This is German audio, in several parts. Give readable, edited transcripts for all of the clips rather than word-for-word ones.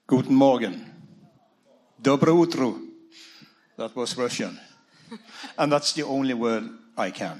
Guten Morgen. Dobro utro. That was Russian. And that's the only word I can.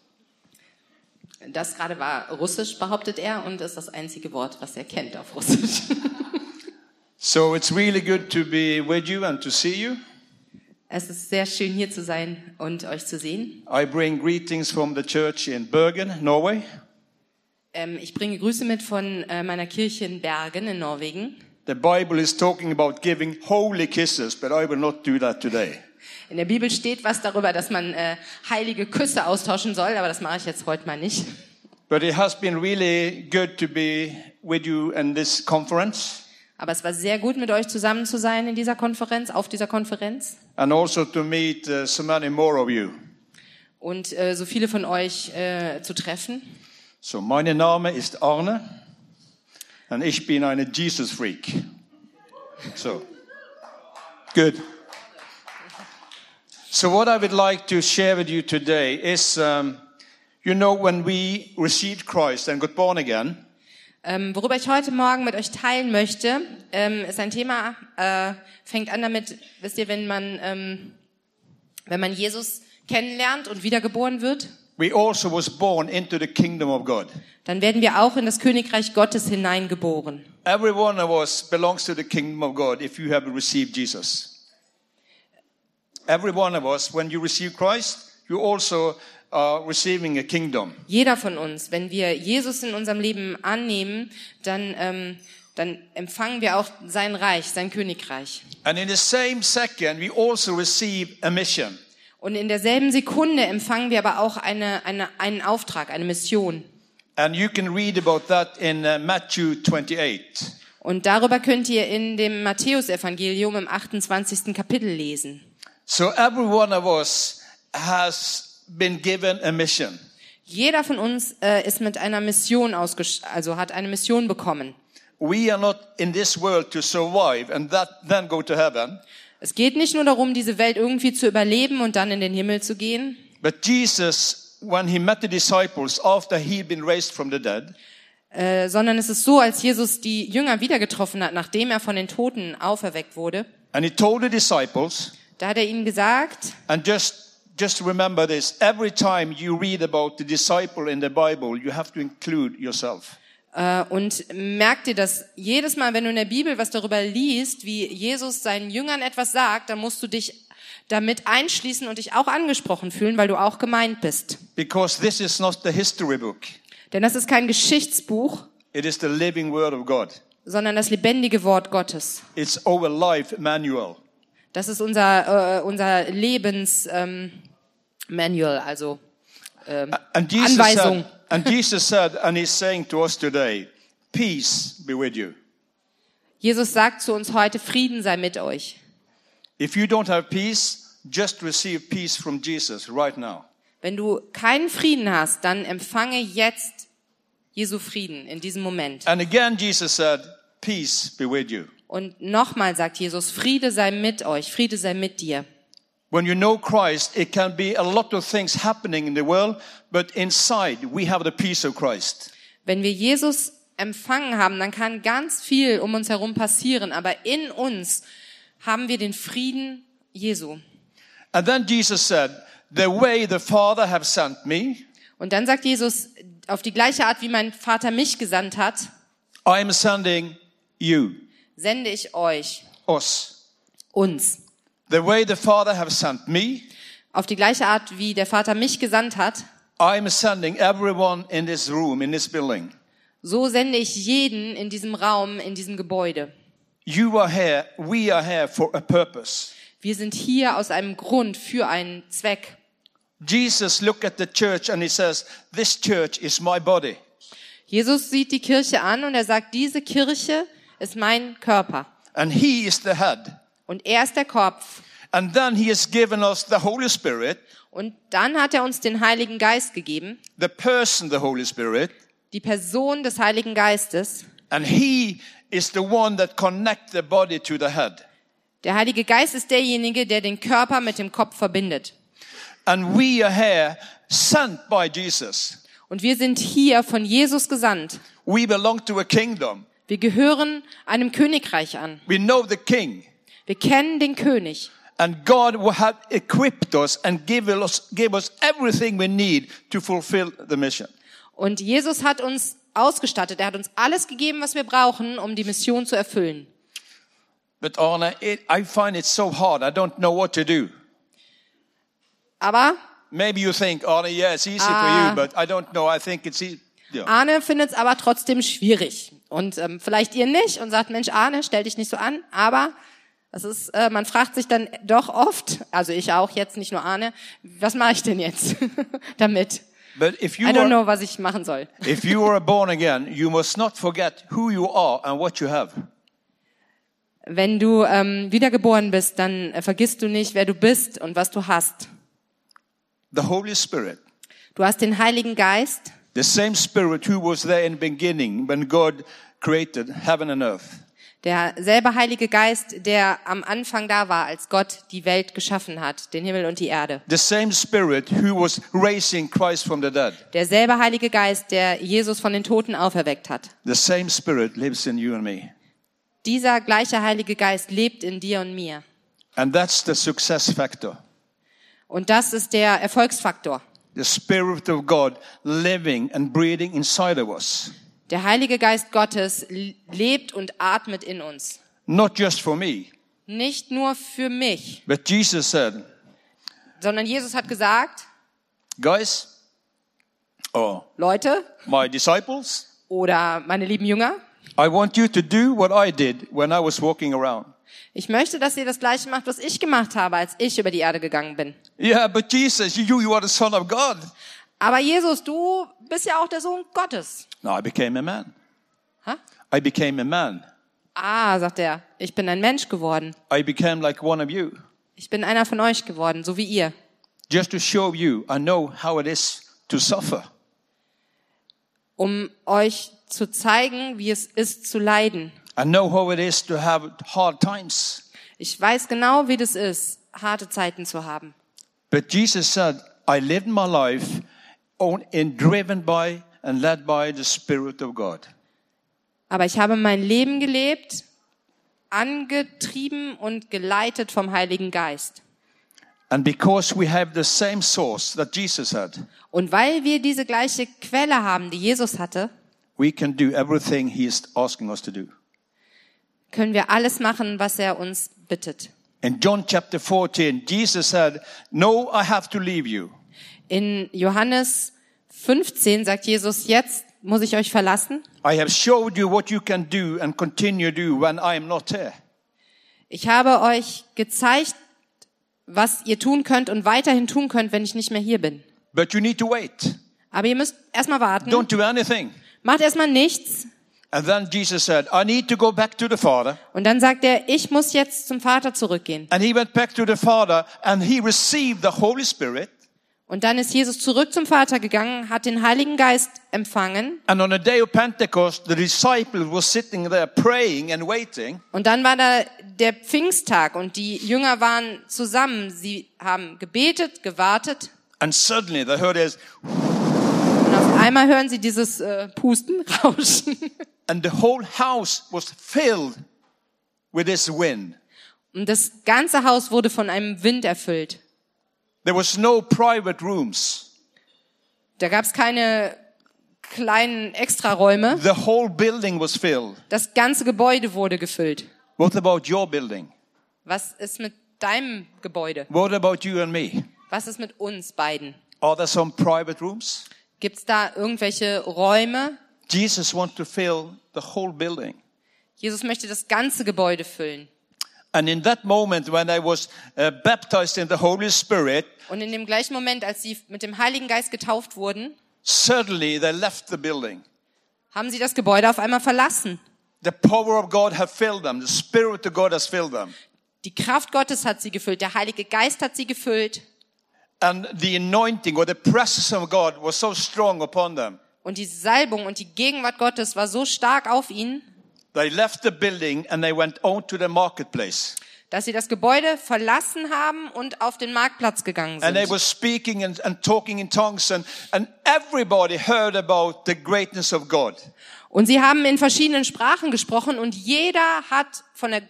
Das gerade war Russisch, behauptet er, und ist das einzige Wort, was er kennt auf Russisch. So it's really good to be with you and to see you. Es ist sehr schön, hier zu sein und euch zu sehen. I bring greetings from the church in Bergen, Norway. Ich bringe Grüße mit von meiner Kirche in Bergen in Norwegen. The Bible is talking about giving holy kisses, but I will not do that today. In der Bibel steht was darüber, dass man heilige Küsse austauschen soll, aber das mache ich jetzt heute mal nicht. But it has been really good to be with you in this conference. Aber es war sehr gut, mit euch zusammen zu sein in dieser Konferenz, auf dieser Konferenz. And also to meet so many more of you. Und so viele von euch zu treffen. So, mein Name ist Arne. Und ich bin eine Jesus-Freak. So, good. So what I would like to share with you today is, when we received Christ and got born again, Worüber ich heute Morgen mit euch teilen möchte, ist ein Thema, fängt an damit, wisst ihr, wenn man Jesus kennenlernt und wiedergeboren wird, we also was born into the kingdom of God. dann werden wir auch in das Königreich Gottes hineingeboren. Every one of us belongs to the kingdom of God if you have received Jesus. Every one of us, when you receive Christ, you also are receiving a kingdom. Jeder von uns, wenn wir Jesus in unserem Leben annehmen, dann empfangen wir auch sein Reich, sein Königreich. And in the same second, we also receive a mission. Und in derselben Sekunde empfangen wir aber auch einen Auftrag, eine Mission. And you can read about that in Matthew 28. Und darüber könnt ihr in dem Matthäusevangelium im 28. Kapitel lesen. So every one of us has been given a mission. Jeder von uns ist mit einer Mission hat eine Mission bekommen. We are not in this world to survive and then go to heaven. Es geht nicht nur darum, diese Welt irgendwie zu überleben und dann in den Himmel zu gehen. But Jesus, when he met the disciples after he'd been raised from the dead, sondern es ist so, als Jesus die Jünger wieder getroffen hat, nachdem er von den Toten auferweckt wurde. and he told the disciples, Da hat er ihnen gesagt, and just remember this, every time you read about the disciple in the Bible, you have to include yourself. und merk dir das, jedes Mal, wenn du in der Bibel was darüber liest, wie Jesus seinen Jüngern etwas sagt, dann musst du dich damit einschließen und dich auch angesprochen fühlen, weil du auch gemeint bist. Because this is not the history book. Denn das ist kein Geschichtsbuch, It is the living word of God. sondern das lebendige Wort Gottes. It's our life manual. Das ist unser Lebens Manual, also And Jesus Anweisung. said, and Jesus said, and he's saying to us today, peace be with you. Jesus sagt zu uns heute, Frieden sei mit euch. If you don't have peace, just receive peace from Jesus right now. Wenn du keinen Frieden hast, dann empfange jetzt Jesu Frieden in diesem Moment. And again, Jesus said, peace be with you. Und nochmal sagt Jesus, Friede sei mit euch, Friede sei mit dir. When you know Christ, it can be a lot of things happening in the world, but inside we have the peace of Christ. Wenn wir Jesus empfangen haben, dann kann ganz viel um uns herum passieren, aber in uns haben wir den Frieden Jesu. And then Jesus said, the way the Father have sent me, Und dann sagt Jesus, auf die gleiche Art, wie mein Vater mich gesandt hat, I am sending you, sende ich euch, us. uns. The way the Father have sent me, Auf die gleiche Art, wie der Vater mich gesandt hat, I am sending everyone in this room, in this building. so sende ich jeden in diesem Raum, in diesem Gebäude. You are here, we are here for a purpose. Wir sind hier aus einem Grund, für einen Zweck. Jesus looked at the church and he says, this church is my body. Jesus sieht die Kirche an und er sagt, diese Kirche ist mein Körper. And he is the head. Und er ist der Kopf. And then he has given us the Holy Spirit, Und dann hat er uns den Heiligen Geist gegeben, the person, the Holy Spirit, die Person des Heiligen Geistes. and he is the one that connects the body to the head. Der Heilige Geist ist derjenige, der den Körper mit dem Kopf verbindet. And we are here sent by Jesus. Und wir sind hier von Jesus gesandt. We belong to a kingdom. Wir gehören einem Königreich an. We know the king. Wir kennen den König. And God will have equipped us and give us everything we need to fulfill the mission. Und Jesus hat uns ausgestattet. Er hat uns alles gegeben, was wir brauchen, um die Mission zu erfüllen. But Arne, I find it so hard. I don't know what to do. Aber Maybe you think, Arne, yeah, it's easy for you, but I don't know. I think it's easy. Yeah. Arne findet es aber trotzdem schwierig. Und vielleicht ihr nicht und sagt, Mensch, Arne, stell dich nicht so an. Aber es ist, man fragt sich dann doch oft, also ich auch jetzt, nicht nur Arne, was mache ich denn jetzt damit? But if you I don't know, was ich machen soll. if you are born again, you must not forget who you are and what you have. Wenn du wiedergeboren bist, dann vergisst du nicht, wer du bist und was du hast. The Holy Spirit, Du hast den Heiligen Geist, the same Spirit who was there in the beginning when God created heaven and earth. der selbe Heilige Geist, der am Anfang da war, als Gott die Welt geschaffen hat, den Himmel und die Erde. The same Spirit who was raising Christ from the dead. Derselbe Heilige Geist, der Jesus von den Toten auferweckt hat. The same Spirit lives in you and me. Dieser gleiche Heilige Geist lebt in dir und mir. And that's the success factor. Und das ist der Erfolgsfaktor. The Spirit of God living and breathing inside of us. Der Heilige Geist Gottes lebt und atmet in uns. Not just for me, Nicht nur für mich, but Jesus said, sondern Jesus hat gesagt, guys, Leute my disciples, oder meine lieben Jünger, I want you to do what I did when I was walking around. ich möchte, dass ihr das Gleiche macht, was ich gemacht habe, als ich über die Erde gegangen bin. Yeah, but Jesus, you are the Son of God. Aber Jesus, du bist ja auch der Sohn Gottes. No, I became a man. Hä? I became a man. Sagt er, ich bin ein Mensch geworden. I became like one of you. Ich bin einer von euch geworden, so wie ihr. Just to show you, I know how it is to suffer. Um euch zu zeigen, wie es ist zu leiden. I know how it is to have hard times. Ich weiß genau, wie das ist, harte Zeiten zu haben. But Jesus said, I lived my life driven by and led by the Spirit of God. Aber ich habe mein Leben gelebt, angetrieben und geleitet vom Heiligen Geist. And because we have the same source that Jesus had, Und weil wir diese gleiche Quelle haben, die Jesus hatte, we can do everything he is asking us to do. können wir alles machen, was er uns bittet. In John chapter 14, Jesus said, no, I have to leave you. In Johannes 15 sagt Jesus, jetzt muss ich euch verlassen. I have showed you what you can do and continue to do when I am not here. Ich habe euch gezeigt, was ihr tun könnt und weiterhin tun könnt, wenn ich nicht mehr hier bin. But you need to wait. Aber ihr müsst erstmal warten. Don't do anything. Macht erstmal nichts. And then Jesus said, I need to go back to the Father. Und dann sagt er, ich muss jetzt zum Vater zurückgehen. And he went back to the Father and he received the Holy Spirit. Und dann ist Jesus zurück zum Vater gegangen, hat den Heiligen Geist empfangen. And on the day of Pentecost, the disciples were sitting there praying and waiting. Und dann war da der Pfingsttag und die Jünger waren zusammen. Sie haben gebetet, gewartet. And suddenly they heard this, Und auf einmal hören sie dieses Pusten, Rauschen. and the whole house was filled with this wind. Und das ganze Haus wurde von einem Wind erfüllt. There was no private rooms. Da gab es keine kleinen Extraräume. The whole building was filled. Das ganze Gebäude wurde gefüllt. What about your building? Was ist mit deinem Gebäude? What about you and me? Was ist mit uns beiden? Are there some private rooms? Gibt's da irgendwelche Räume? Jesus wants to fill the whole building. Jesus möchte das ganze Gebäude füllen. And in that moment when I was baptized in the Holy Spirit, Und in dem gleichen Moment, als sie mit dem Heiligen Geist getauft wurden, suddenly they left the building. haben sie das Gebäude auf einmal verlassen. The power of God have filled them. The Spirit of God has filled them. Die Kraft Gottes hat sie gefüllt. Der Heilige Geist hat sie gefüllt. And the anointing or the presence of God was so strong upon them. Und die Salbung und die Gegenwart Gottes war so stark auf ihnen. They left the building and they went on to the marketplace. dass sie das Gebäude verlassen haben und auf den Marktplatz gegangen And they sind. were speaking and talking in tongues, and everybody heard about the greatness of God. Und sie haben in verschiedenen Sprachen gesprochen und jeder hat von der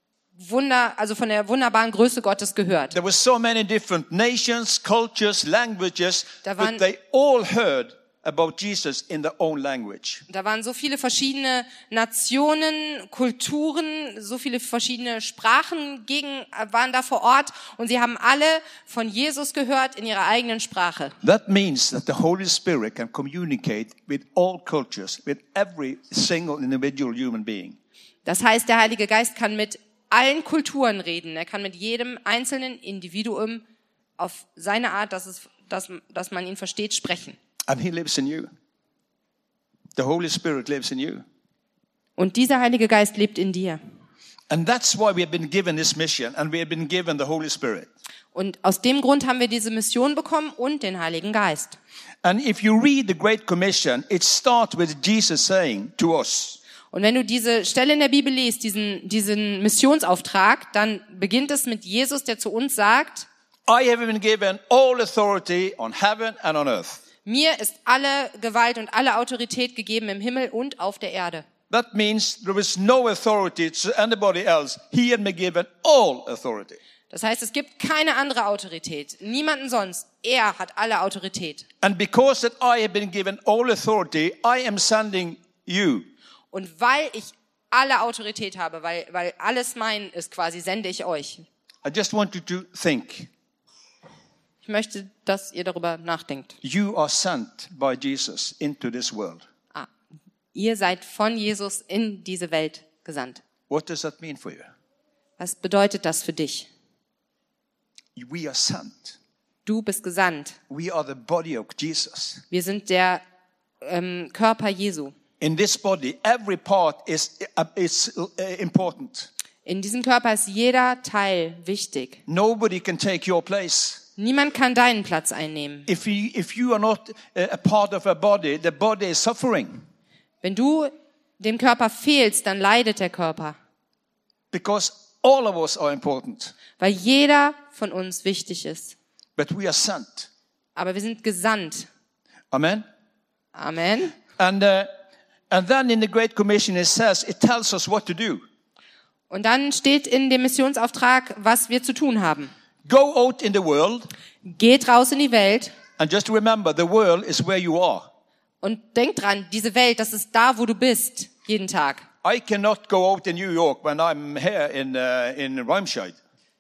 wunderbaren Größe Gottes gehört. There were so many different nations, cultures, languages, Da waren- but they all heard about Jesus in their own language. Da waren so viele verschiedene Nationen, Kulturen, so viele verschiedene Sprachen waren da vor Ort und sie haben alle von Jesus gehört in ihrer eigenen Sprache. That means that the Holy Spirit can communicate with all cultures, with every single individual human being. Das heißt, der Heilige Geist kann mit allen Kulturen reden. Er kann mit jedem einzelnen Individuum auf seine Art, dass man ihn versteht, sprechen. And He lives in you. The Holy Spirit lives in you. Und dieser Heilige Geist lebt in dir. And that's why we have been given this mission, and we have been given the Holy Spirit. Und aus dem Grund haben wir diese Mission bekommen und den Heiligen Geist. And if you read the Great Commission, it starts with Jesus saying to us, Und wenn du diese Stelle in der Bibel liest, diesen Missionsauftrag, dann beginnt es mit Jesus, der zu uns sagt, I have been given all authority on heaven and on earth. mir ist alle Gewalt und alle Autorität gegeben im Himmel und auf der Erde. That means there is no authority to anybody else. He had been given all authority. Das heißt, es gibt keine andere Autorität, niemanden sonst. Er hat alle Autorität. And because that I have been given all authority, I am sending you. Und weil ich alle Autorität habe, weil alles mein ist quasi, sende ich euch. I just want you to think. Ich möchte, dass ihr darüber nachdenkt. You are sent by Jesus into this world. Ihr seid von Jesus in diese Welt gesandt. What does that mean for you? Was bedeutet das für dich? We are sent. Du bist gesandt. We are the body of Jesus. Wir sind der Körper Jesu. In this body, every part is important. In diesem Körper ist jeder Teil wichtig. Nobody can take your place. Niemand kann deinen Platz einnehmen. If you are not a part of a body, the body is suffering. Wenn du dem Körper fehlst, dann leidet der Körper. Because all of us are important. Weil jeder von uns wichtig ist. But we are sent. Aber wir sind gesandt. Amen. Amen. And then in the Great Commission it tells us what to do. Und dann steht in dem Missionsauftrag, was wir zu tun haben. Go out in the world. Geht raus in die Welt. And just remember, the world is where you are. Und denk dran, diese Welt, das ist da, wo du bist, jeden Tag. I cannot go out in New York when I'm here in Remscheid.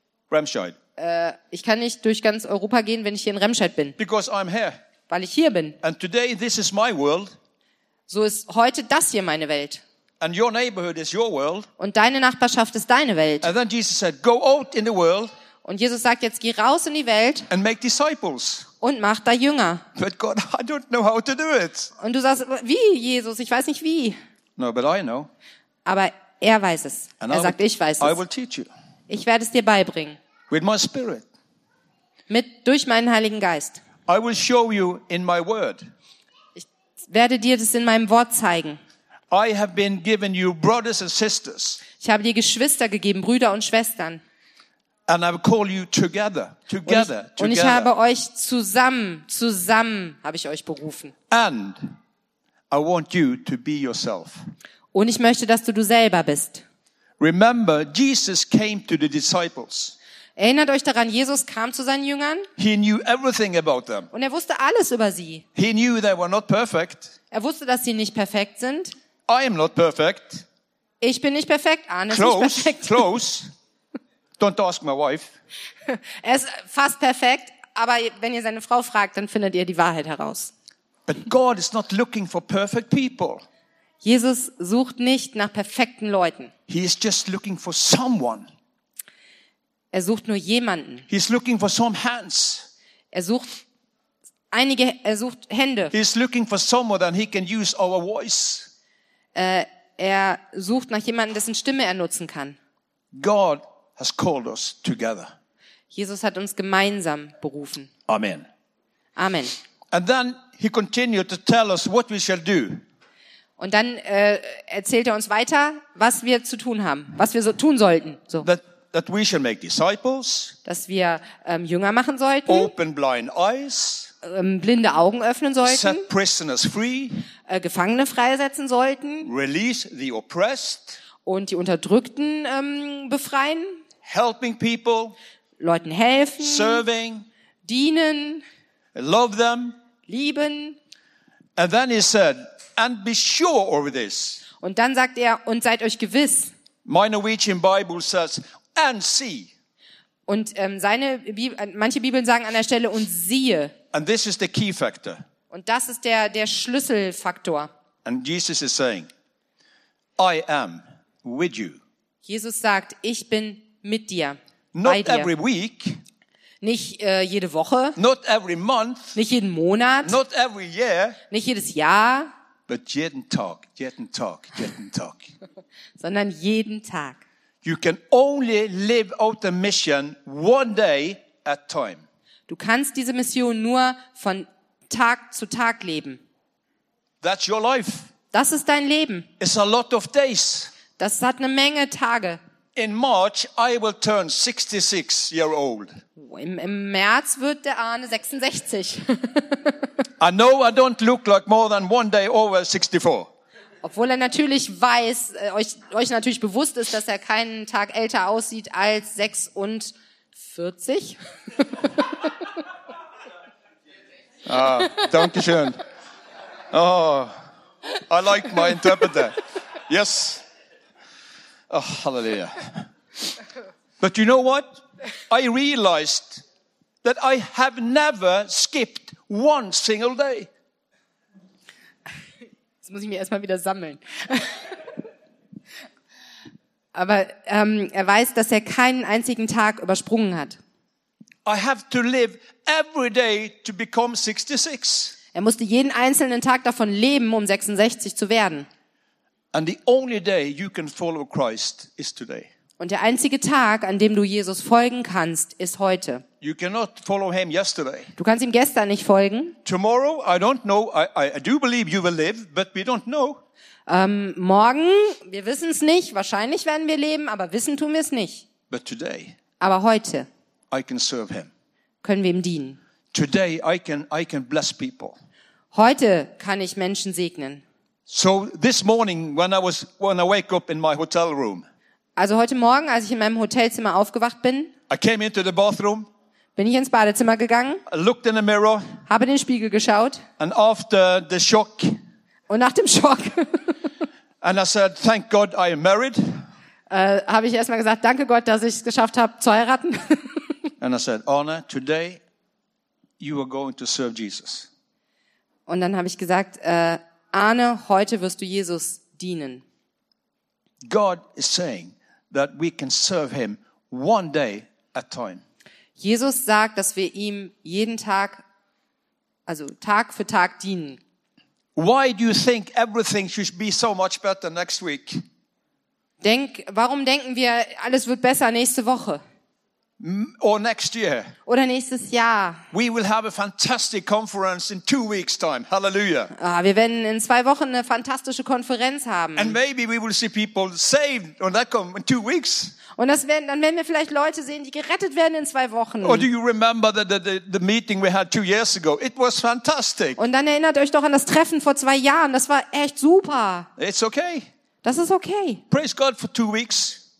Ich kann nicht durch ganz Europa gehen, wenn ich hier in Remscheid bin, Because I'm here. weil ich hier bin. And today this is my world. So ist heute das hier meine Welt. And your neighborhood is your world. Und deine Nachbarschaft ist deine Welt. And then Jesus said, go out in the world Und Jesus sagt jetzt, geh raus in die Welt and make disciples. und mach da Jünger. But God, I don't know how to do it. Und du sagst, wie, Jesus? Ich weiß nicht wie. No, but I know. Aber er weiß es. And Er sagt, ich weiß I es. will teach you Ich werde es dir beibringen. with my spirit. Durch meinen Heiligen Geist. I will show you in my word. Ich werde dir das in meinem Wort zeigen. I have been given you brothers and sisters. Ich habe dir Geschwister gegeben, Brüder und Schwestern. And I will call you together. Und ich habe euch zusammen habe ich euch berufen. And I want you to be yourself. Und ich möchte, dass du selber bist. Remember, Jesus came to the disciples. Erinnert euch daran, Jesus kam zu seinen Jüngern He knew everything about them. und er wusste alles über sie. He knew they were not perfect. Er wusste, dass sie nicht perfekt sind. I am not perfect. Ich bin nicht perfekt, Arne ist nicht Close, perfekt. close. Don't ask my wife. Er ist fast perfekt, aber wenn ihr seine Frau fragt, dann findet ihr die Wahrheit heraus. But God is not looking for perfect people. Jesus sucht nicht nach perfekten Leuten. He is just looking for someone. Er sucht nur jemanden. He's looking for some hands. Er sucht Hände. He's looking for someone that he can use our voice. Er sucht nach jemandem, dessen Stimme er nutzen kann. God has called us together. Jesus hat uns gemeinsam berufen. Amen. Amen. And then he continued to tell us what we shall do. Und dann erzählt er uns weiter, was wir zu tun haben, was wir so tun sollten. So. That that we shall make disciples, dass wir Jünger machen sollten, open blind eyes, blinde Augen öffnen sollten, set prisoners free, Gefangene freisetzen sollten release the oppressed, und die Unterdrückten befreien, helping people, Leuten helfen, serving, dienen, love them. lieben. And then he said, and be sure of this. Und dann sagt er, und seid euch gewiss. My Norwegian Bible says, and see. Und manche Bibeln sagen an der Stelle, und siehe. And this is the key factor. Und das ist der Schlüsselfaktor. And Jesus is saying, I am with you. Jesus sagt, ich bin mit dir, bei Not dir. every week, Nicht jede Woche, not every month, nicht jeden Monat, not every year, nicht jedes Jahr, but jeden Tag. sondern jeden Tag. You can only live out the mission one day at a time. Du kannst diese Mission nur von Tag zu Tag leben. That's your life. Das ist dein Leben. It's a lot of days. Das hat eine Menge Tage. In March, I will turn 66-year-old. Im März wird der Arne 66. I know I don't look like more than one day over 64. Obwohl er natürlich weiß, euch natürlich bewusst ist, dass er keinen Tag älter aussieht als 46. Danke schön. Oh, I like my interpreter. Yes. Oh, hallelujah. But you know what? I realized that I have never skipped one single day. Das muss ich mir erstmal wieder sammeln. Aber er weiß, dass er keinen einzigen Tag übersprungen hat. I have to live every day to become 66. Er musste jeden einzelnen Tag davon leben, um 66 zu werden. And the only day you can follow Christ is today. Und der einzige Tag, an dem du Jesus folgen kannst, ist heute. You cannot follow him yesterday. Du kannst ihm gestern nicht folgen. Tomorrow, I don't know. I do believe you will live, but we don't know. Morgen, wir wissen es nicht. Wahrscheinlich werden wir leben, aber wissen tun wir es nicht. But today, Aber heute I can serve him. können wir ihm dienen. Today, I can bless people. Heute kann ich Menschen segnen. So this morning, when I wake up in my hotel room, Also heute Morgen, als ich in meinem Hotelzimmer aufgewacht bin, I came into the bathroom, bin ich ins Badezimmer gegangen, I looked in the mirror, habe in den Spiegel geschaut and after the shock, und nach dem Schock and I said, thank God I am married. habe ich erstmal gesagt, danke Gott, dass ich es geschafft habe zu heiraten. And I said, Anna, today you are going to serve Jesus. Und dann habe ich gesagt, Arne, heute wirst du Jesus dienen. God is saying that we can serve him one day at a time. Jesus sagt, dass wir ihm jeden Tag, also Tag für Tag dienen. Why do you think everything should be so much better next week? Warum denken wir, alles wird besser nächste Woche Or next year? oder nächstes Jahr? We will have a fantastic conference in 2 weeks' time. Hallelujah. Wir werden in 2 Wochen eine fantastische Konferenz haben. And maybe we will see people saved on that come in 2 weeks. Und dann werden wir vielleicht Leute sehen, die gerettet werden in 2 Wochen. Or do you remember the meeting we had 2 years ago? It was fantastic. Und dann erinnert euch doch an das Treffen vor 2 Jahren. Das war echt super. It's okay. Das ist okay. Praise God for 2 weeks.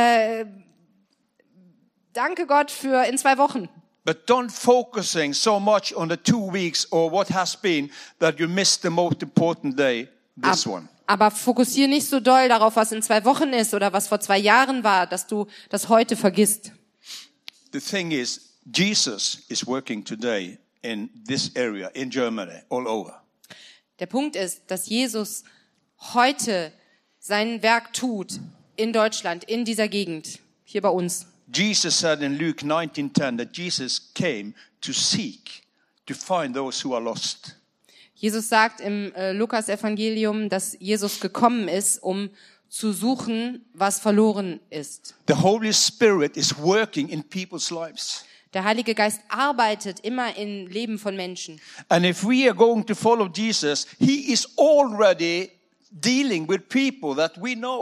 Danke Gott für in 2 Wochen. But don't focusing so much on the 2 weeks or what has been that you missed the most important day, this one. Aber fokussier nicht so doll darauf, was in 2 Wochen ist oder was vor 2 Jahren war, dass du das heute vergisst. The thing is, Jesus is working today in this area, in Germany, all over. Der Punkt ist, dass Jesus heute sein Werk tut in Deutschland, in dieser Gegend, hier bei uns. Jesus said in Luke 19:10 that Jesus came to seek, to find those who are lost. Jesus sagt im Lukas-Evangelium, dass Jesus gekommen ist, um zu suchen, was verloren ist. The Holy Spirit is working in people's lives. Der Heilige Geist arbeitet immer im Leben von Menschen. And if we are going to follow Jesus, he is already dealing with people that we know.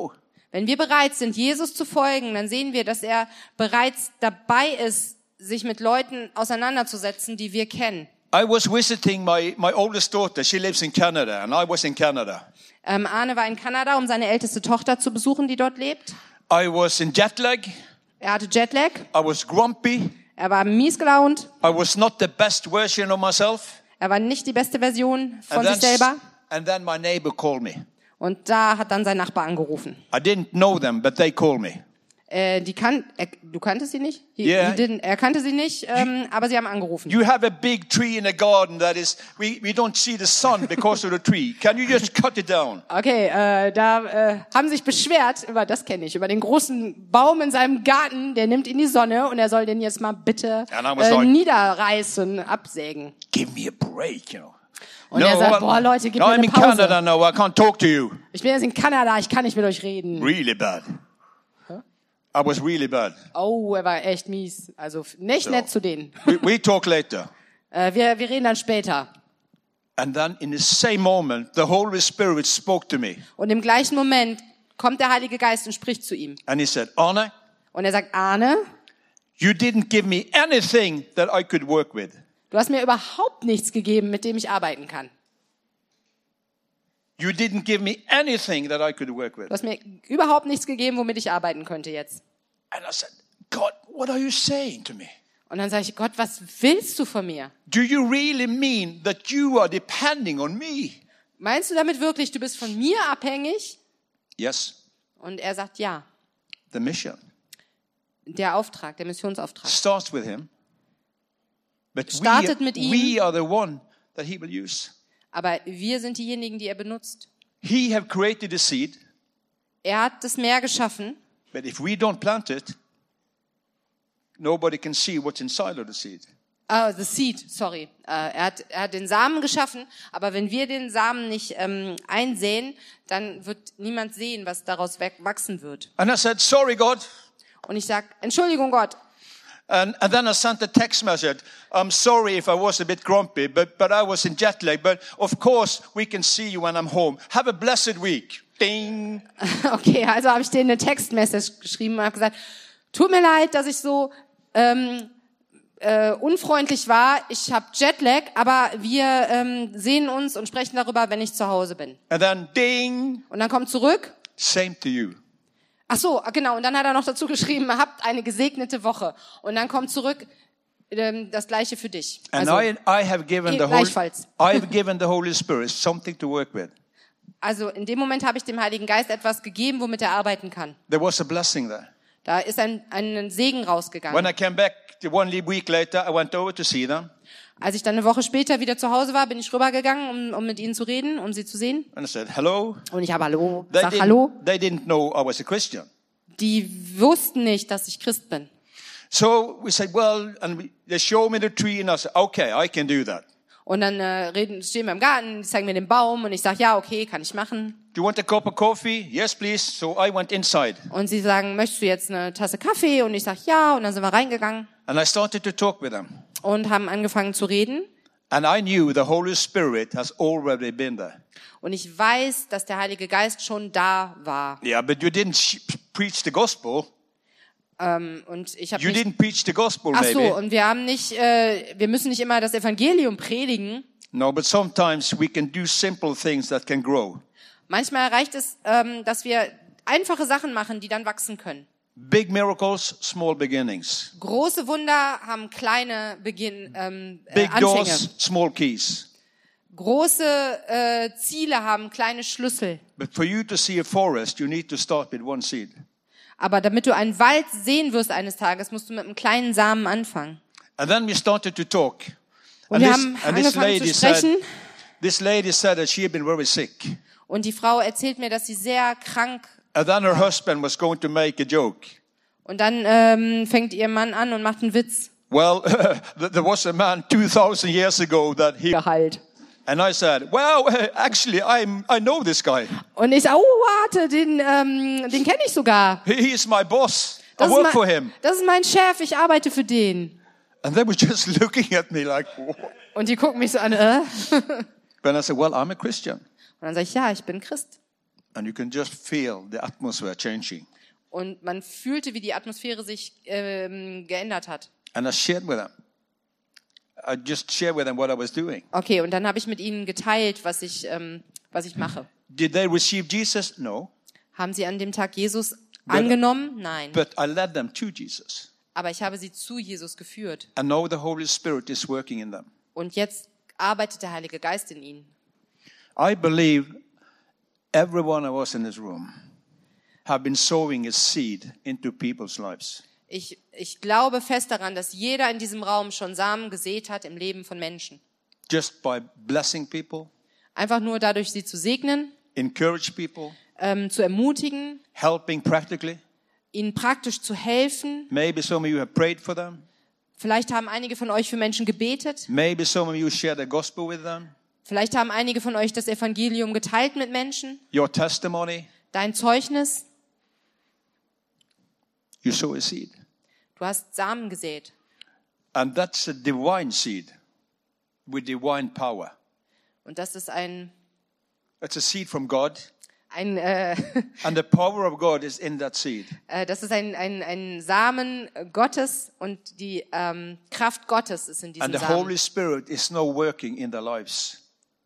Wenn wir bereit sind, Jesus zu folgen, dann sehen wir, dass er bereits dabei ist, sich mit Leuten auseinanderzusetzen, die wir kennen. I was visiting my oldest daughter. She lives in Canada, and I was in Canada. Arne war in Kanada, um seine älteste Tochter zu besuchen, die dort lebt. I was in jet lag. Er hatte Jetlag. I was grumpy. Er war mies gelaunt. I was not the best version of myself. Er war nicht die beste Version von sich selber. And then my neighbor called me. Und da hat dann sein Nachbar angerufen. I didn't know them, but they called me. Du kanntest sie nicht? Yeah. Er kannte sie nicht, aber sie haben angerufen. You have a big tree in the garden that is, we don't see the sun because of the tree. Can you just cut it down? Okay, haben sich beschwert, das kenne ich, über den großen Baum in seinem Garten, der nimmt ihn die Sonne und er soll den jetzt mal bitte niederreißen, absägen. Give me a break, you know. Und er sagt, boah Leute, gib mir eine I'm in Pause. Canada now, I can't talk to you. Ich bin jetzt in Kanada, ich kann nicht mit euch reden. Really bad. I was really bad. Oh, er war echt mies. Also nicht nett zu denen. We talk later. Wir reden dann später. And then in the same moment, the Holy Spirit spoke to me. Und im gleichen Moment kommt der Heilige Geist und spricht zu ihm. And he said, Arne, und er sagt, Arne, you didn't give me anything that I could work with. Du hast mir überhaupt nichts gegeben, mit dem ich arbeiten kann. You didn't give me anything that I could work with. Du hast mir überhaupt nichts gegeben, womit ich arbeiten könnte jetzt. And I said, God, what are you saying to me? Und dann sage ich, Gott, was willst du von mir? Do you really mean that you are depending on me? Meinst du damit wirklich, du bist von mir abhängig? Yes. Und er sagt, ja. The mission Der Auftrag, der Missionsauftrag. starts with him. But Startet mit ihm. we are the one that he will use. Aber wir sind diejenigen, die er benutzt. He have created the seed, Er hat das Meer geschaffen, but if we don't plant it, nobody can see what's inside of the seed. the seed, sorry. Er hat den Samen geschaffen, aber wenn wir den Samen nicht einsäen, dann wird niemand sehen, was daraus wachsen wird. And I said, sorry, God. Und ich sag, Entschuldigung, Gott. And then I sent a text message. I'm sorry if I was a bit grumpy, but I was in jet lag. But of course, we can see you when I'm home. Have a blessed week. Ding. Okay, also habe ich denen eine Textmessage geschrieben und habe gesagt, tut mir leid, dass ich so unfreundlich war. Ich habe Jetlag, aber wir sehen uns und sprechen darüber, wenn ich zu Hause bin. And then ding. Und dann kommt zurück. Same to you. Ach so, genau. Und dann hat er noch dazu geschrieben, habt eine gesegnete Woche. Und dann kommt zurück das Gleiche für dich. And Also, I have given gleichfalls. I've given the Holy Spirit something to work with. Also in dem Moment habe ich dem Heiligen Geist etwas gegeben, womit er arbeiten kann. There was a blessing there. Da ist ein Segen When rausgegangen. I came back 1 week later, I went over to see them. Als ich dann eine Woche später wieder zu Hause war, bin ich rübergegangen, um mit ihnen zu reden, um sie zu sehen. And I said, hello. Und ich habe Hallo. They didn't know I was a Christian. Die wussten nicht, dass ich Christ bin. So we said, well, and they showed me the tree, and I said, okay, I can do that. Und dann stehen wir im Garten, die zeigen mir den Baum und ich sage, ja, okay, kann ich machen. Do you want a cup of coffee? Yes, please. So I went inside. Und sie sagen, möchtest du jetzt eine Tasse Kaffee? Und ich sage, ja. Und dann sind wir reingegangen And I started to talk with them. und haben angefangen zu reden. And I knew the Holy Spirit has already been there. Und ich weiß, dass der Heilige Geist schon da war. Yeah, but you didn't preach the gospel. Und ich habe You nicht... didn't preach the gospel, Ach so, maybe. und wir müssen nicht immer das Evangelium predigen. No, but sometimes we can do simple things that can grow. Manchmal reicht es, dass wir einfache Sachen machen, die dann wachsen können. Big miracles, small beginnings. Große Wunder haben kleine Big Anfänge. doors, small keys. Große Ziele haben kleine Schlüssel. But for you to see a forest, you need to start with one seed. Aber damit du einen Wald sehen wirst eines Tages, musst du mit einem kleinen Samen anfangen. And then we started to talk. Und wir haben angefangen zu sprechen. This lady said that she had been very sick. Und die Frau erzählt mir, dass sie sehr krank. And then her husband was going to make a joke. Und dann fängt ihr Mann an und macht einen Witz. Well, there was a man 2,000 years ago that he... Gehalt. And I said, well, actually, I know this guy. Und ich sage, oh, warte, den kenne ich sogar. He is my boss. I work for him. Das ist mein Chef, ich arbeite für den. And they were just looking at me like, whoa. Und die gucken mich so an, But I said, well, I'm a Christian. Und dann sage ich, ja, ich bin Christ. And you can just feel the atmosphere changing. Und man fühlte, wie die Atmosphäre sich geändert hat. And I shared with them. I just shared with them what I was doing. Okay, und dann habe ich mit ihnen geteilt, was ich mache. Did they receive Jesus? No. Haben sie an dem Tag Jesus angenommen? Nein. But I led them to Jesus. Aber ich habe sie zu Jesus geführt. And now the Holy Spirit is working in them. Und jetzt arbeitet der Heilige Geist in ihnen. I believe every one of us in this room have been sowing a seed into people's lives. Ich glaube fest daran, dass jeder in diesem Raum schon Samen gesät hat im Leben von Menschen. Just by blessing people, Einfach nur dadurch, sie zu segnen, encourage people, zu ermutigen, helping practically. ihnen praktisch zu helfen. Maybe some of you have prayed for them. Vielleicht haben einige von euch für Menschen gebetet. Maybe some of you shared the gospel with them. Vielleicht haben einige von euch das Evangelium geteilt mit Menschen. Your testimony, Dein Zeugnis, you sow a seed. du hast Samen gesät. And that's a divine seed with divine power. Und das ist ein It's a seed from God. ein And the power of God is in that seed. Samen Gottes und die Kraft Gottes ist in diesem And the Samen. Holy Spirit is now working in their lives.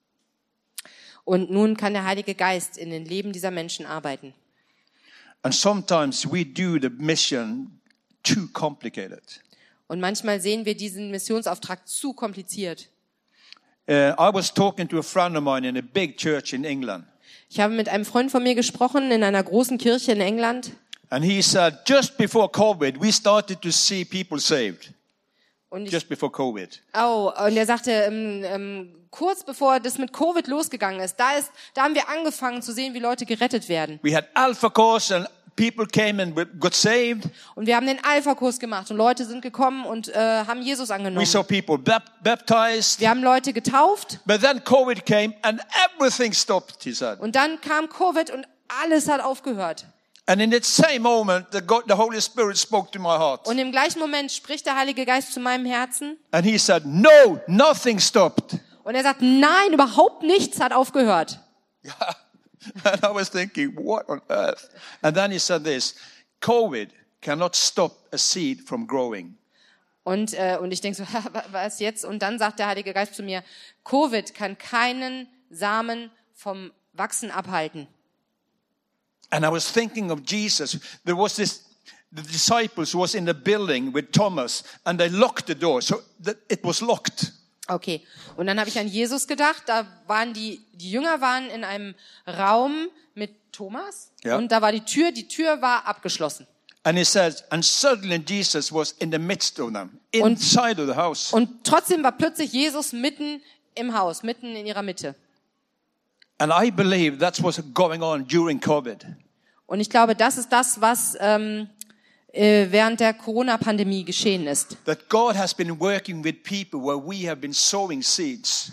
Und nun kann der Heilige Geist in den Leben dieser Menschen arbeiten. And sometimes we do the mission too complicated. Und manchmal sehen wir diesen Missionsauftrag zu kompliziert. I was talking to a friend of mine in a big church in England. Ich habe mit einem Freund von mir gesprochen in einer großen Kirche in England. And he said, just before COVID, we started to see people saved. Und Just before COVID. und er sagte, kurz bevor das mit Covid losgegangen ist, da haben wir angefangen zu sehen, wie Leute gerettet werden. We had Alpha course and people came and got saved. Und wir haben den Alpha-Kurs gemacht und Leute sind gekommen und haben Jesus We angenommen. saw people baptized. Wir haben Leute getauft But then COVID came and everything stopped, he said. und dann kam Covid und alles hat aufgehört. And in that same moment, the Holy Spirit spoke to my heart. Und im gleichen Moment spricht der Heilige Geist zu meinem Herzen And he said, no, nothing stopped. und er sagt, nein, überhaupt nichts hat aufgehört. And I was thinking, what on earth? And then he said this, COVID cannot stop a seed from growing. Und ich denke so, was jetzt? Und dann sagt der Heilige Geist zu mir, Covid kann keinen Samen vom Wachsen abhalten. And I was thinking of Jesus. There was the disciples was in the building with Thomas and they locked the door. So it was locked. Okay. Und dann habe ich an Jesus gedacht. Da waren die Jünger waren in einem Raum mit Thomas. Ja. Und da war die Tür war abgeschlossen. And he says, and suddenly Jesus was in the midst of them, inside of the house. Und trotzdem war plötzlich Jesus mitten im Haus, mitten in ihrer Mitte. And I believe that's what's going on during COVID. Und ich glaube, das ist das, was während der Corona-Pandemie geschehen ist. That God has been working with people where we have been sowing seeds.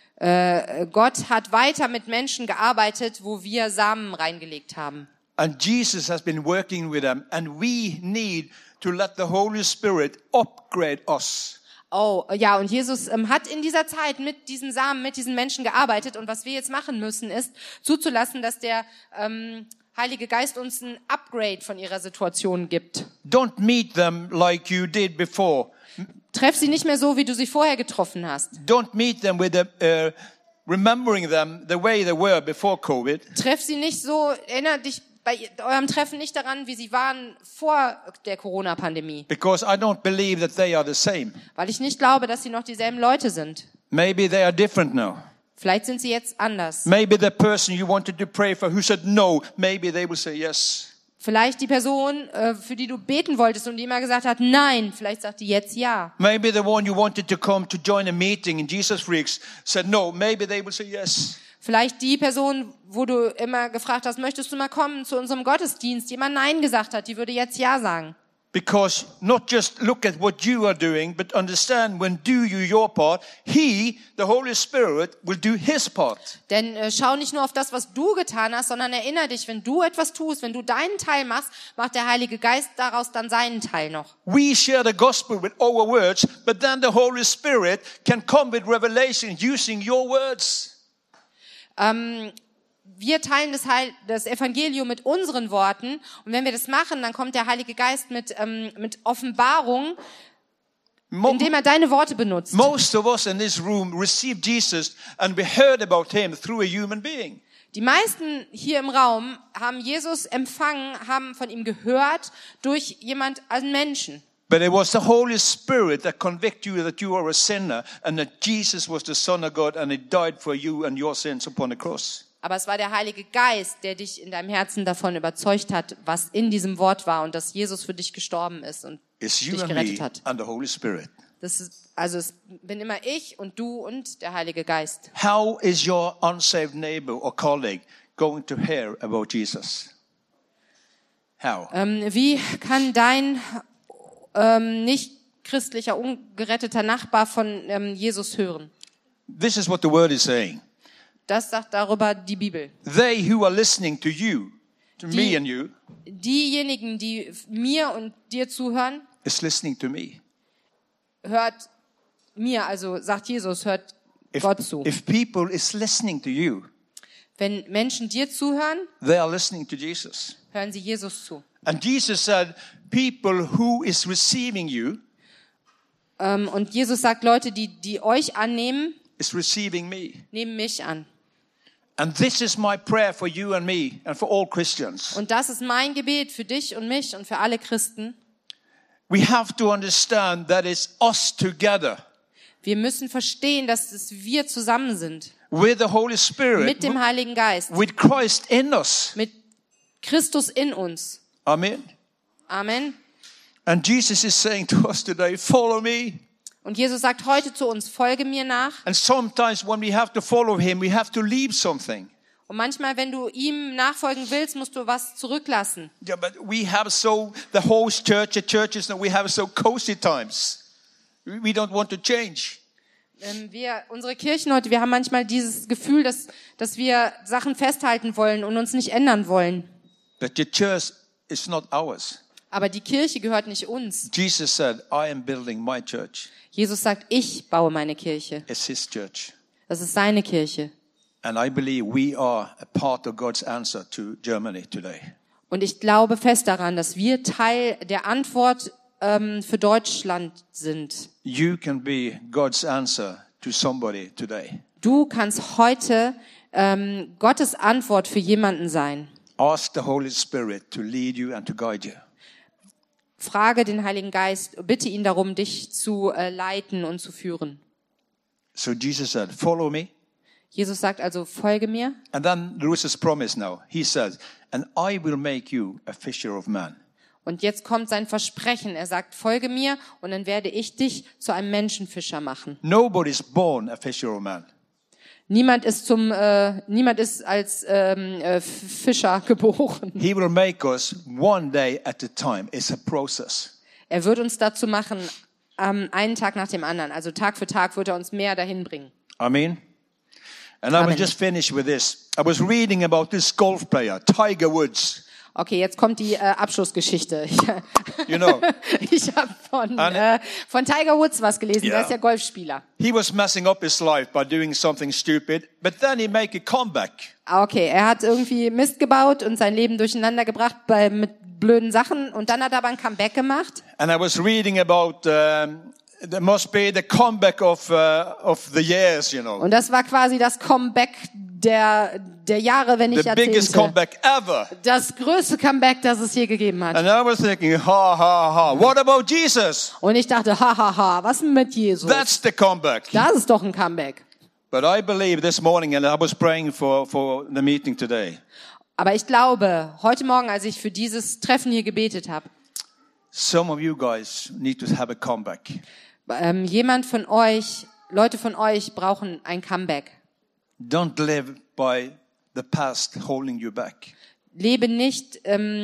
Gott hat weiter mit Menschen gearbeitet, wo wir Samen reingelegt haben. And Jesus has been working with them. And we need to let the Holy Spirit upgrade us. Oh, ja, und Jesus hat in dieser Zeit mit diesen Samen, mit diesen Menschen gearbeitet. Und was wir jetzt machen müssen, ist zuzulassen, dass der Heilige Geist uns ein Upgrade von ihrer Situation gibt. Don't meet them like you did before. Treff sie nicht mehr so, wie du sie vorher getroffen hast. Don't meet them with remembering them the way they were before COVID. Treff sie nicht so, erinnere dich bei eurem Treffen nicht daran, wie sie waren vor der Corona-Pandemie. Because I don't believe that they are the same. Weil ich nicht glaube, dass sie noch dieselben Leute sind. Maybe they are different now. Vielleicht sind sie jetzt anders. Maybe the person you wanted to pray for who said no, maybe they will say yes. Vielleicht die Person, für die du beten wolltest und die immer gesagt hat, nein, vielleicht sagt die jetzt ja. Maybe the one you wanted to come to join a meeting in Jesus Freaks said no, maybe they will say yes. Vielleicht die Person, wo du immer gefragt hast, möchtest du mal kommen zu unserem Gottesdienst, die immer nein gesagt hat, die würde jetzt ja sagen. Because not just look at what you are doing, but understand when do you your part, He, the Holy Spirit, will do His part. Denn schau nicht nur auf das, was du getan hast, sondern erinnere dich, wenn du etwas tust, wenn du deinen Teil machst, macht der Heilige Geist daraus dann seinen Teil noch. We share the gospel with our words, but then the Holy Spirit can come with revelation using your words. wir teilen das Evangelium mit unseren Worten. Und wenn wir das machen, dann kommt der Heilige Geist mit Offenbarung, indem er deine Worte benutzt. Most of us in this room received Jesus and we heard about him through a human being. Die meisten hier im Raum haben Jesus empfangen, haben von ihm gehört durch jemand als Menschen. But it was the Holy Spirit that convicted you that you are a sinner and that Jesus was the Son of God and he died for you and your sins upon the cross. Aber es war der Heilige Geist, der dich in deinem Herzen davon überzeugt hat, was in diesem Wort war und dass Jesus für dich gestorben ist und It's you dich and me gerettet hat. and the Holy Spirit. Es bin immer ich und du und der Heilige Geist. How is your unsaved neighbor or colleague going to hear about Jesus? How? Wie kann dein nicht christlicher, ungeretteter Nachbar von Jesus hören? This is what the word is saying. Das sagt darüber die Bibel. They who are listening to you, to me and you, Diejenigen, die mir und dir zuhören, is listening to me. hört mir, also sagt Jesus, hört Gott zu. If people is listening to you, Wenn Menschen dir zuhören, they are listening to Jesus. hören sie Jesus zu. And Jesus said, people who is receiving you Und Jesus sagt, Leute, die euch annehmen, is receiving me. nehmen mich an. And this is my prayer for you and me and for all Christians. Und das ist mein Gebet für dich und mich und für alle Christen. We have to understand that it's us together Wir müssen verstehen, dass es wir zusammen sind. with the Holy Spirit, Mit dem Heiligen Geist. with Christ in us. Mit Christus in uns. Amen. Amen. And Jesus is saying to us today, follow me. Und Jesus sagt heute zu uns, folge mir nach. And sometimes when we have to follow him, we have to leave something. Und manchmal, wenn du ihm nachfolgen willst, musst du was zurücklassen. Yeah, but we have the host church, the churches, and we have so cozy times. We don't want to change. Unsere Kirchen heute, wir haben manchmal dieses Gefühl, dass wir Sachen festhalten wollen und uns nicht ändern wollen. But the church is not ours. Aber die Kirche gehört nicht uns. Jesus said, I am building my church. Jesus sagt, ich baue meine Kirche. It's his church. Das ist seine Kirche. And I believe we are a part of God's answer to Germany today. Und ich glaube fest daran, dass wir Teil der Antwort für Deutschland sind. You can be God's answer to somebody today. Du kannst heute Gottes Antwort für jemanden sein. Ask the Holy Spirit to lead you and to guide you. Frage den Heiligen Geist, bitte ihn darum, dich zu leiten und zu führen. So Jesus said, follow me. Jesus sagt also, folge mir. And then there is his promise now. He says, and I will make you a fisher of men. Und jetzt kommt sein Versprechen. Er sagt, folge mir und dann werde ich dich zu einem Menschenfischer machen. Nobody's born a fisher of men. Niemand ist als Fischer geboren. He will make us one day at a time. It's a process. Er wird uns dazu machen, einen Tag nach dem anderen. Also Tag für Tag wird er uns mehr dahin bringen. Amen. And I will just finish with this. I was reading about this golf player, Tiger Woods. Okay, jetzt kommt die Abschlussgeschichte. You know. Ich habe von Tiger Woods was gelesen. Yeah. Der ist ja Golfspieler. He was messing up his life by doing something stupid, but then he made a comeback. Okay, er hat irgendwie Mist gebaut und sein Leben durcheinander gebracht mit blöden Sachen und dann hat er aber ein Comeback gemacht. And I was reading about there must be the comeback of the years, you know. Und das war quasi das Comeback der Jahre, wenn nicht The biggest Jahrzehnte. comeback ever. Das größte Comeback, das es je gegeben hat. And I was thinking, ha, ha, ha. What about Jesus? Und ich dachte, hahaha, was denn mit Jesus? That's the comeback. Das ist doch ein Comeback. But I believe this morning, and I was praying for the meeting today, Aber ich glaube, heute Morgen, als ich für dieses Treffen hier gebetet habe, some of you guys need to have a comeback. Leute von euch brauchen ein Comeback. Don't live by the past holding you back. Lebe nicht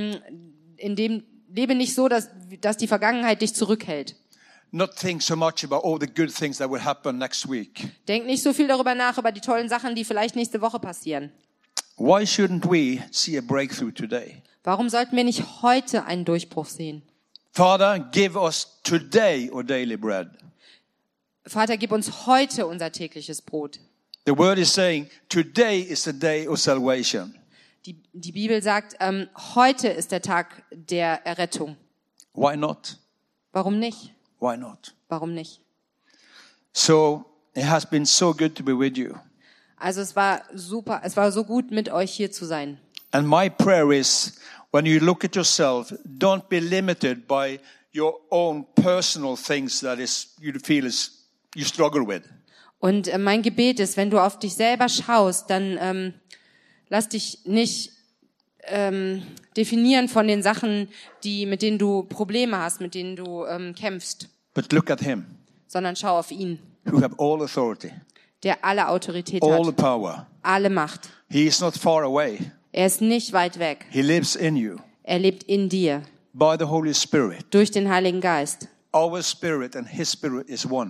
so, dass die Vergangenheit dich zurückhält. Not think so much about all the good things that will happen next week. Denk nicht so viel darüber nach, über die tollen Sachen, die vielleicht nächste Woche passieren. Why shouldn't we see a breakthrough today? Warum sollten wir nicht heute einen Durchbruch sehen? Father, give us today our daily bread. Vater, gib uns heute unser tägliches Brot. The word is saying, today is the day of salvation. Die Bibel sagt, heute ist der Tag der Errettung. Why not? Warum nicht? Why not? Warum nicht? So, it has been so good to be with you. Also es war super, es war so gut, mit euch hier zu sein. And my prayer is, when you look at yourself, don't be limited by your own personal things that you feel you struggle with. Und mein Gebet ist, wenn du auf dich selber schaust, dann lass dich nicht definieren von den Sachen, mit denen du Probleme hast, mit denen du kämpfst. But look at him, Sondern schau auf ihn, who have all authority, der alle Autorität all the hat, power. alle Macht. He is not far away. Er ist nicht weit weg. He lives in you Er lebt in dir, by the Holy Spirit. durch den Heiligen Geist. Our spirit and his spirit is one.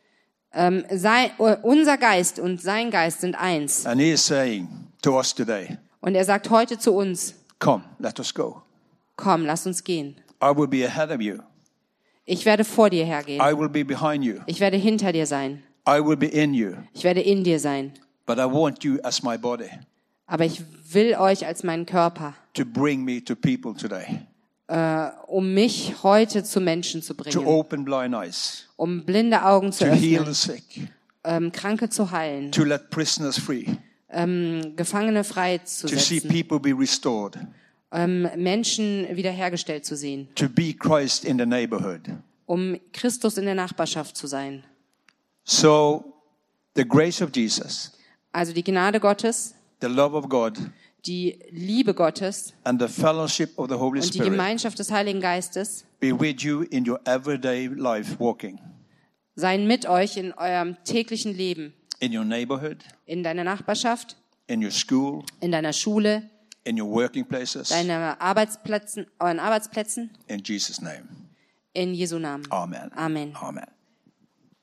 Unser Geist und sein Geist sind eins. And he is saying to us today, Und er sagt heute zu uns, come, let us go. komm, lass uns gehen. I will be ahead of you. Ich werde vor dir hergehen. I will be behind you. Ich werde hinter dir sein. I will be in you. Ich werde in dir sein. But I want you as my body Aber ich will euch als meinen Körper, to bring me to people today. um mich heute zu Menschen zu To bringen, open blind eyes. um blinde Augen zu To heal öffnen, the sick. Kranke zu heilen, To let prisoners free. Gefangene To see freizusetzen, people be restored. Menschen wiederhergestellt zu sehen, To be Christ in the neighborhood. um Christus in der Nachbarschaft zu sein. So, the grace of Jesus, Also die Gnade Gottes, the love of God, die Liebe Gottes and the fellowship of the Holy und die Spirit Gemeinschaft des Heiligen Geistes be with you in your everyday life walking. seien mit euch in eurem täglichen Leben, In your neighborhood, in deiner Nachbarschaft, in your school, in deiner Schule, in your working places. euren Arbeitsplätzen, In Jesus' name. in Jesu Namen. Amen. Amen. Amen.